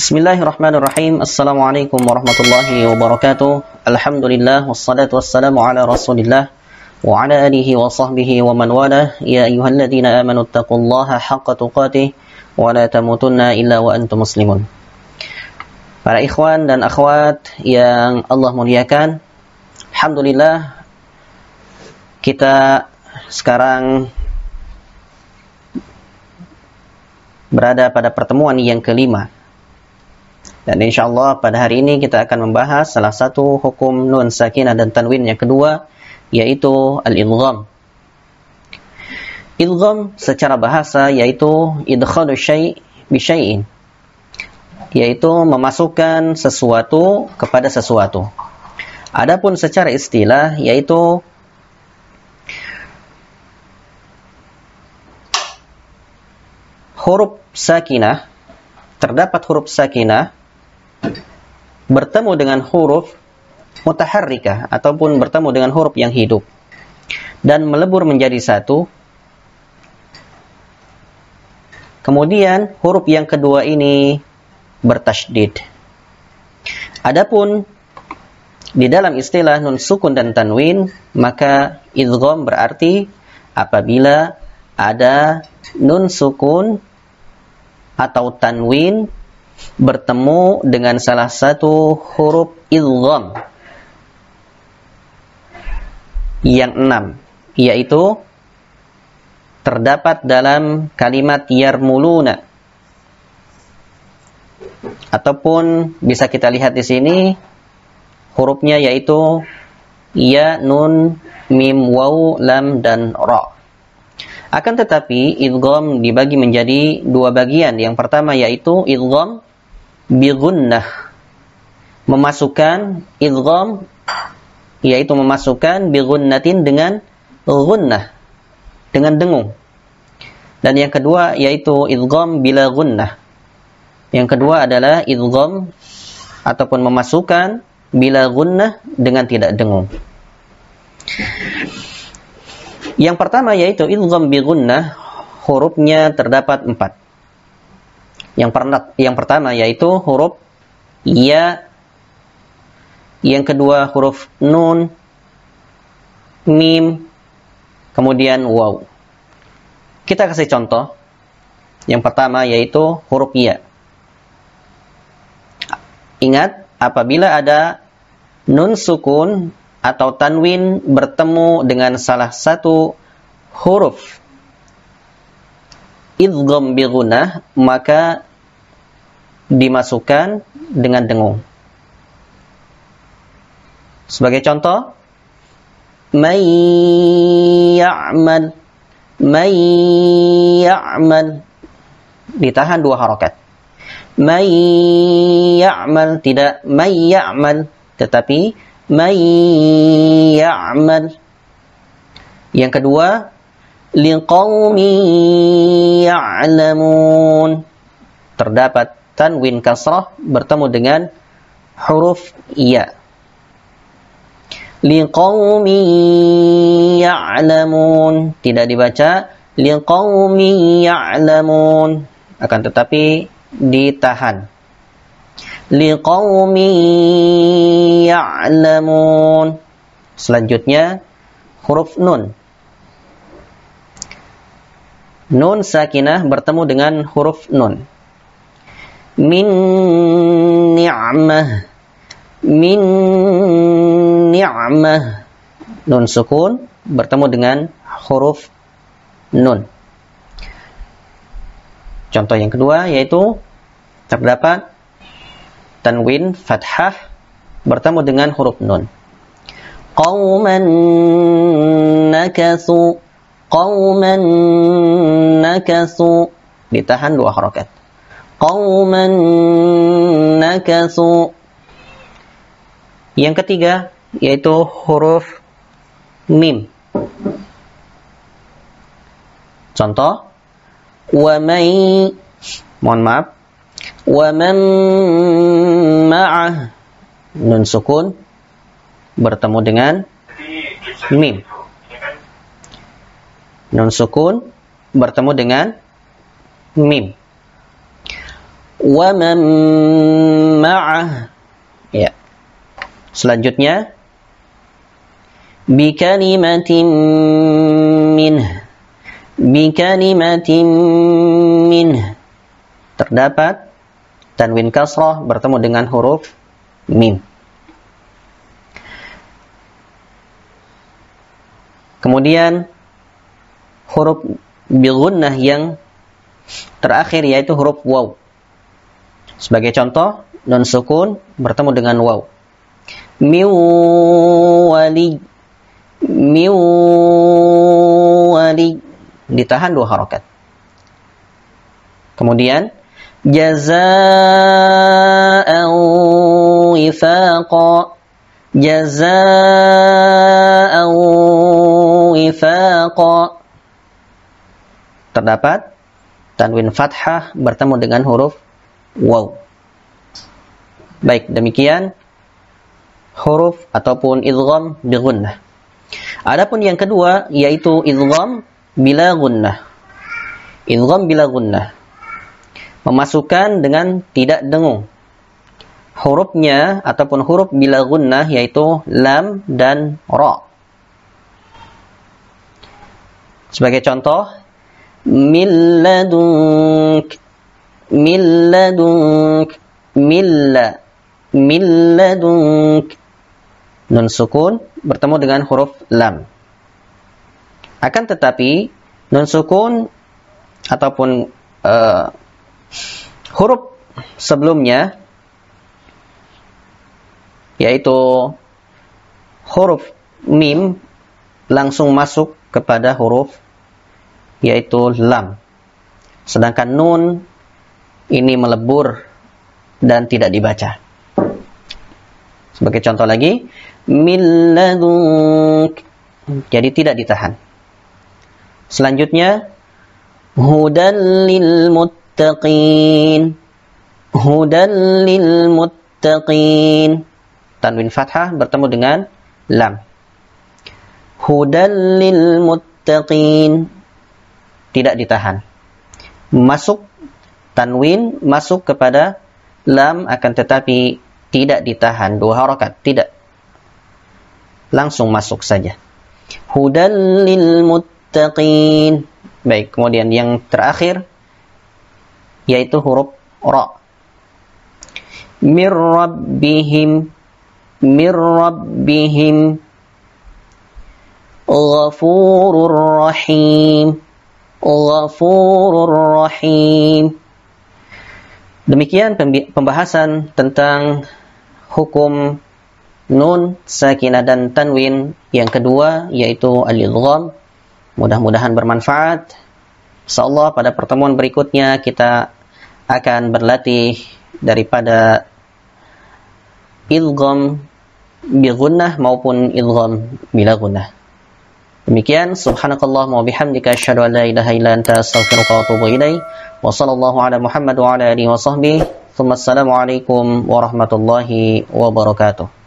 Bismillahirrahmanirrahim. Assalamualaikum warahmatullahi wabarakatuh. Alhamdulillah wassalatu wassalamu ala Rasulillah wa ala alihi wa sahbihi wa man walah. Ya ayyuhalladzina amanu taqullaha haqqa tuqatih wa la tamutunna illa wa antum muslimun. Para ikhwan dan akhwat yang Allah muliakan, alhamdulillah kita sekarang berada pada pertemuan yang kelima. Dan insyaallah pada hari ini kita akan membahas salah satu hukum nun sakinah dan tanwin yang kedua, yaitu al-idgham. Idgham secara bahasa yaitu idkhalu syai' bi syai'in, yaitu memasukkan sesuatu kepada sesuatu. Adapun secara istilah yaitu huruf sakinah, terdapat huruf sakinah bertemu dengan huruf mutaharrikah ataupun bertemu dengan huruf yang hidup dan melebur menjadi satu. Kemudian huruf yang kedua ini bertasydid. Adapun di dalam istilah nun sukun dan tanwin, maka idgham berarti apabila ada nun sukun atau tanwin bertemu dengan salah satu huruf idgham yang 6, yaitu terdapat dalam kalimat yarmuluna, ataupun bisa kita lihat di sini hurufnya yaitu ya, nun, mim, waw, lam, dan ra. Akan tetapi idgham dibagi menjadi dua bagian. Yang pertama yaitu idgham bi gunnah, memasukkan idgham yaitu memasukkan bi gunnatin dengan gunnah, dengan dengung. Dan yang kedua yaitu idgham bila gunnah. Yang kedua adalah idgham ataupun memasukkan bila gunnah dengan tidak dengung. Yang pertama yaitu idgham bi gunnah, hurufnya terdapat 4. Yang pertama yaitu huruf ya, yang kedua huruf nun, mim, kemudian waw. Kita kasih contoh. Yang pertama yaitu huruf ya. Ingat, apabila ada nun sukun atau tanwin bertemu dengan salah satu huruf idgham bi gunnah, maka dimasukkan dengan dengung. Sebagai contoh, may ya'mal, ditahan 2 harokat. May ya'mal, tidak may ya'mal, tetapi may ya'mal. Yang kedua, liqaumi ya'lamun, terdapat tanwin kasrah bertemu dengan huruf ya. Liqaumi ya'lamun, tidak dibaca liqaumi ya'lamun, akan tetapi ditahan. Liqaumi ya'lamun. Selanjutnya huruf nun. Nun sakinah bertemu dengan huruf nun. Min ni'mah, min ni'mah. Nun sukun bertemu dengan huruf nun. Contoh yang kedua yaitu terdapat tanwin fathah bertemu dengan huruf nun. Qauman nakathu, qauman nakathu, ditahan 2 harokat. Qauman nakathu. Yang ketiga yaitu huruf mim. Contoh, wa may, mohon maaf, wa man ma'ah, nun sukun bertemu dengan mim. Nun sukun bertemu dengan mim. wa man ma'ah. Ya. Selanjutnya bi kalimatin minh. Terdapat tanwin kasrah bertemu dengan huruf mim. Kemudian huruf bigunnah yang terakhir yaitu huruf waw. Sebagai contoh, nun sukun bertemu dengan waw. Miwali ditahan 2 harakat. Kemudian jazaa'an wifaqa. Terdapat tanwin fathah bertemu dengan huruf waw. Baik, demikian huruf ataupun idgham bi gunnah. Adapun yang kedua yaitu idgham bila gunnah. Idgham bila gunnah, memasukkan dengan tidak dengung. Hurufnya ataupun huruf bila gunnah yaitu lam dan ra. Sebagai contoh, min ladunk, nun sukun bertemu dengan huruf lam. Akan tetapi nun sukun ataupun huruf sebelumnya yaitu huruf mim langsung masuk kepada huruf yaitu lam. Sedangkan nun ini melebur dan tidak dibaca. Sebagai contoh lagi, min ladunk, jadi tidak ditahan. Selanjutnya hudan lil muttaqin. Tanwin fathah bertemu dengan lam. Hudan lil muttaqin, tidak ditahan. Masuk tanwin masuk kepada lam akan tetapi tidak ditahan 2 harakat, tidak. Langsung masuk saja. Hudan lil muttaqin. Baik, kemudian yang terakhir yaitu huruf ra. Mir rabbihim ghafurur rahim. Demikian pembahasan tentang hukum nun sakinah dan tanwin yang kedua yaitu al-idgham. Mudah-mudahan bermanfaat. Insyaallah pada pertemuan berikutnya kita akan berlatih daripada idgham bi gunnah maupun idgham bila gunnah. Demikian, subhanakallahumma wa bihamdika asyhadu an la ilaha illa anta astaghfiruka wa atubu ilaik. Wa sallallahu ala Muhammad wa ala alihi wa sahbihi. Assalamu alaikum warahmatullahi wabarakatuh.